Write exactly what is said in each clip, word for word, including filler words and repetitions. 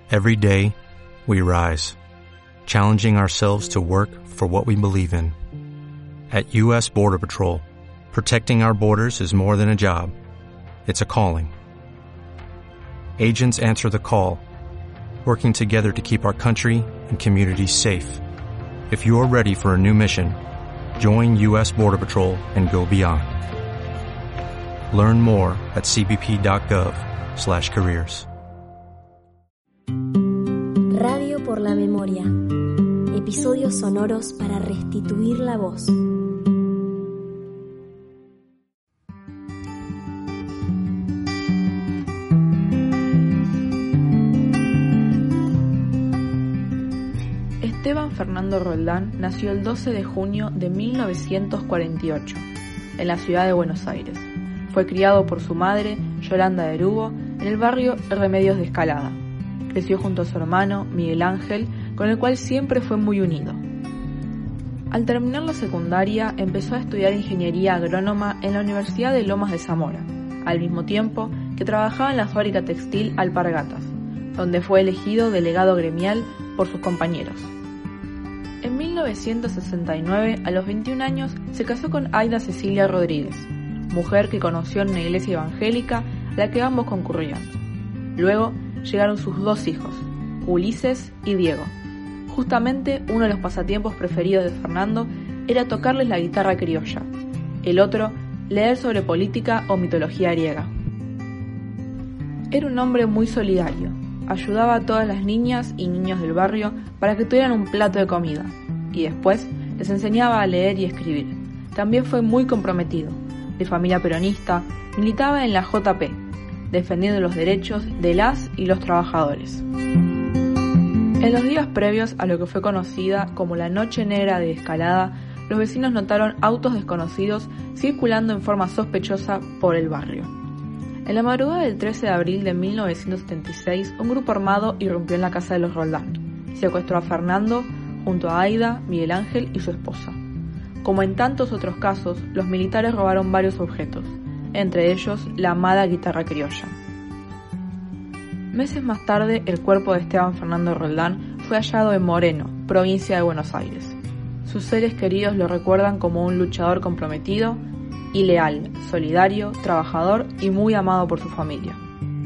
Every day, we rise, challenging ourselves to work for what we believe in. At U S Border Patrol, protecting our borders is more than a job. It's a calling. Agents answer the call, working together to keep our country and communities safe. If you are ready for a new mission, join U S Border Patrol and go beyond. Learn more at c b p dot gov slash careers. Radio por la Memoria. Episodios sonoros para restituir la voz. Esteban Fernando Roldán nació el doce de junio de mil novecientos cuarenta y ocho, en la ciudad de Buenos Aires. Fue criado por su madre, Yolanda de Erugo, en el barrio Remedios de Escalada. Creció junto a su hermano, Miguel Ángel, con el cual siempre fue muy unido. Al terminar la secundaria, empezó a estudiar ingeniería agrónoma en la Universidad de Lomas de Zamora, al mismo tiempo que trabajaba en la fábrica textil Alpargatas, donde fue elegido delegado gremial por sus compañeros. En mil novecientos sesenta y nueve, a los veintiún años, se casó con Aida Cecilia Rodríguez, mujer que conoció en una iglesia evangélica a la que ambos concurrían. Luego llegaron sus dos hijos, Ulises y Diego. Justamente uno de los pasatiempos preferidos de Fernando era tocarles la guitarra criolla, el otro, leer sobre política o mitología griega. Era un hombre muy solidario, ayudaba a todas las niñas y niños del barrio para que tuvieran un plato de comida, y después les enseñaba a leer y escribir. También fue muy comprometido, de familia peronista, militaba en la J P, defendiendo los derechos de las y los trabajadores. En los días previos a lo que fue conocida como la Noche Negra de Escalada, los vecinos notaron autos desconocidos circulando en forma sospechosa por el barrio. En la madrugada del trece de abril de mil novecientos setenta y seis, un grupo armado irrumpió en la casa de los Roldán. Secuestró a Fernando junto a Aida, Miguel Ángel y su esposa. Como en tantos otros casos, los militares robaron varios objetos, entre ellos la amada guitarra criolla. Meses más tarde, el cuerpo de Esteban Fernando Roldán fue hallado en Moreno, provincia de Buenos Aires. Sus seres queridos lo recuerdan como un luchador comprometido y leal, solidario, trabajador y muy amado por su familia.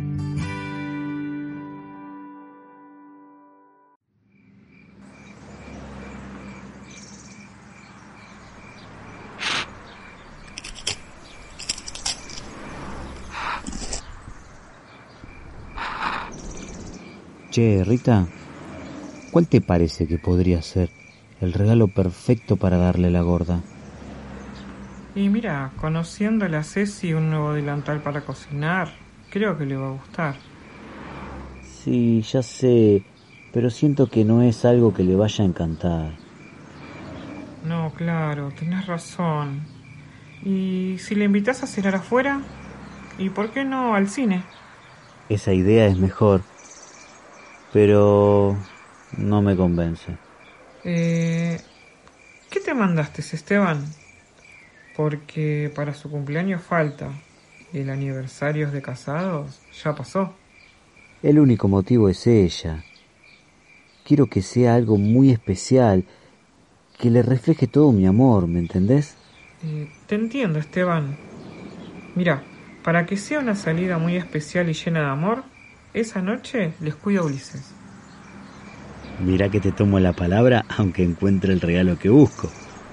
Che, Rita, ¿cuál te parece que podría ser el regalo perfecto para darle a la gorda? Y mira, conociéndole a Ceci un nuevo delantal para cocinar, creo que le va a gustar. Sí, ya sé, pero siento que no es algo que le vaya a encantar. No, claro, tenés razón. ¿Y si le invitas a cenar afuera? ¿Y por qué no al cine? Esa idea es mejor, pero no me convence. Eh, ¿Qué te mandaste, Esteban? Porque para su cumpleaños falta. Y el aniversario de casados ya pasó. El único motivo es ella. Quiero que sea algo muy especial, que le refleje todo mi amor, ¿me entendés? Eh, te entiendo, Esteban. Mira, para que sea una salida muy especial y llena de amor, esa noche les cuido a Ulises. Mirá que te tomo la palabra, aunque encuentre el regalo que busco.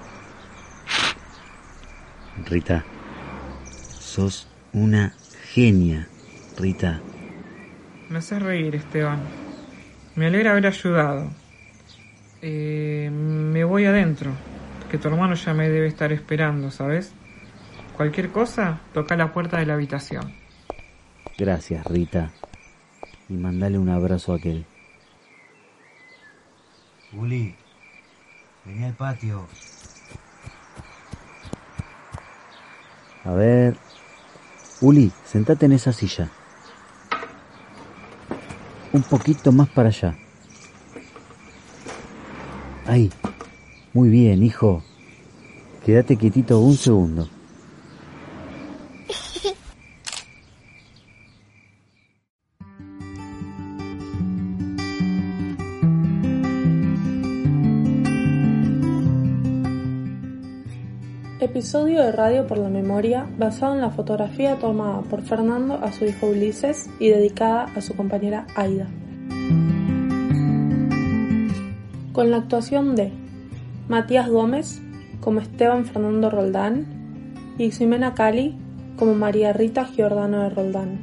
Rita, sos una genia, Rita. Me haces reír, Esteban. Me alegra haber ayudado. Eh, me voy adentro, que tu hermano ya me debe estar esperando, ¿sabes? Cualquier cosa, toca la puerta de la habitación. Gracias, Rita. Y mandale un abrazo a aquel. Uli, vení al patio. A ver... Uli, sentate en esa silla. Un poquito más para allá. Ahí. Muy bien, hijo. Quédate quietito un segundo. Episodio de Radio por la Memoria basado en la fotografía tomada por Fernando a su hijo Ulises y dedicada a su compañera Aida. Con la actuación de Matías Gómez como Esteban Fernando Roldán y Ximena Cali como María Rita Giordano de Roldán.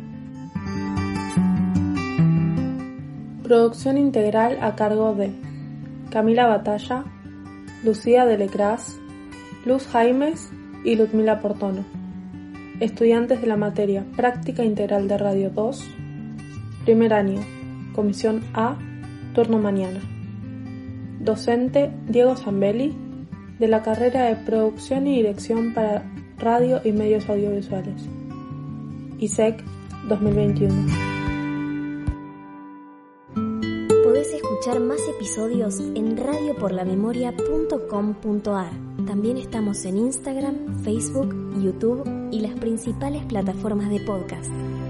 Producción integral a cargo de Camila Batalla, Lucía de Lecras, Luz Jaimes y Ludmila Portono. Estudiantes de la materia Práctica Integral de Radio dos, primer año, Comisión A, turno mañana. Docente Diego Zambelli, de la carrera de Producción y Dirección para Radio y Medios Audiovisuales. I S E C dos mil veintiuno. Podés escuchar más episodios en radio por la memoria punto com punto a r. También estamos en Instagram, Facebook, YouTube y las principales plataformas de podcast.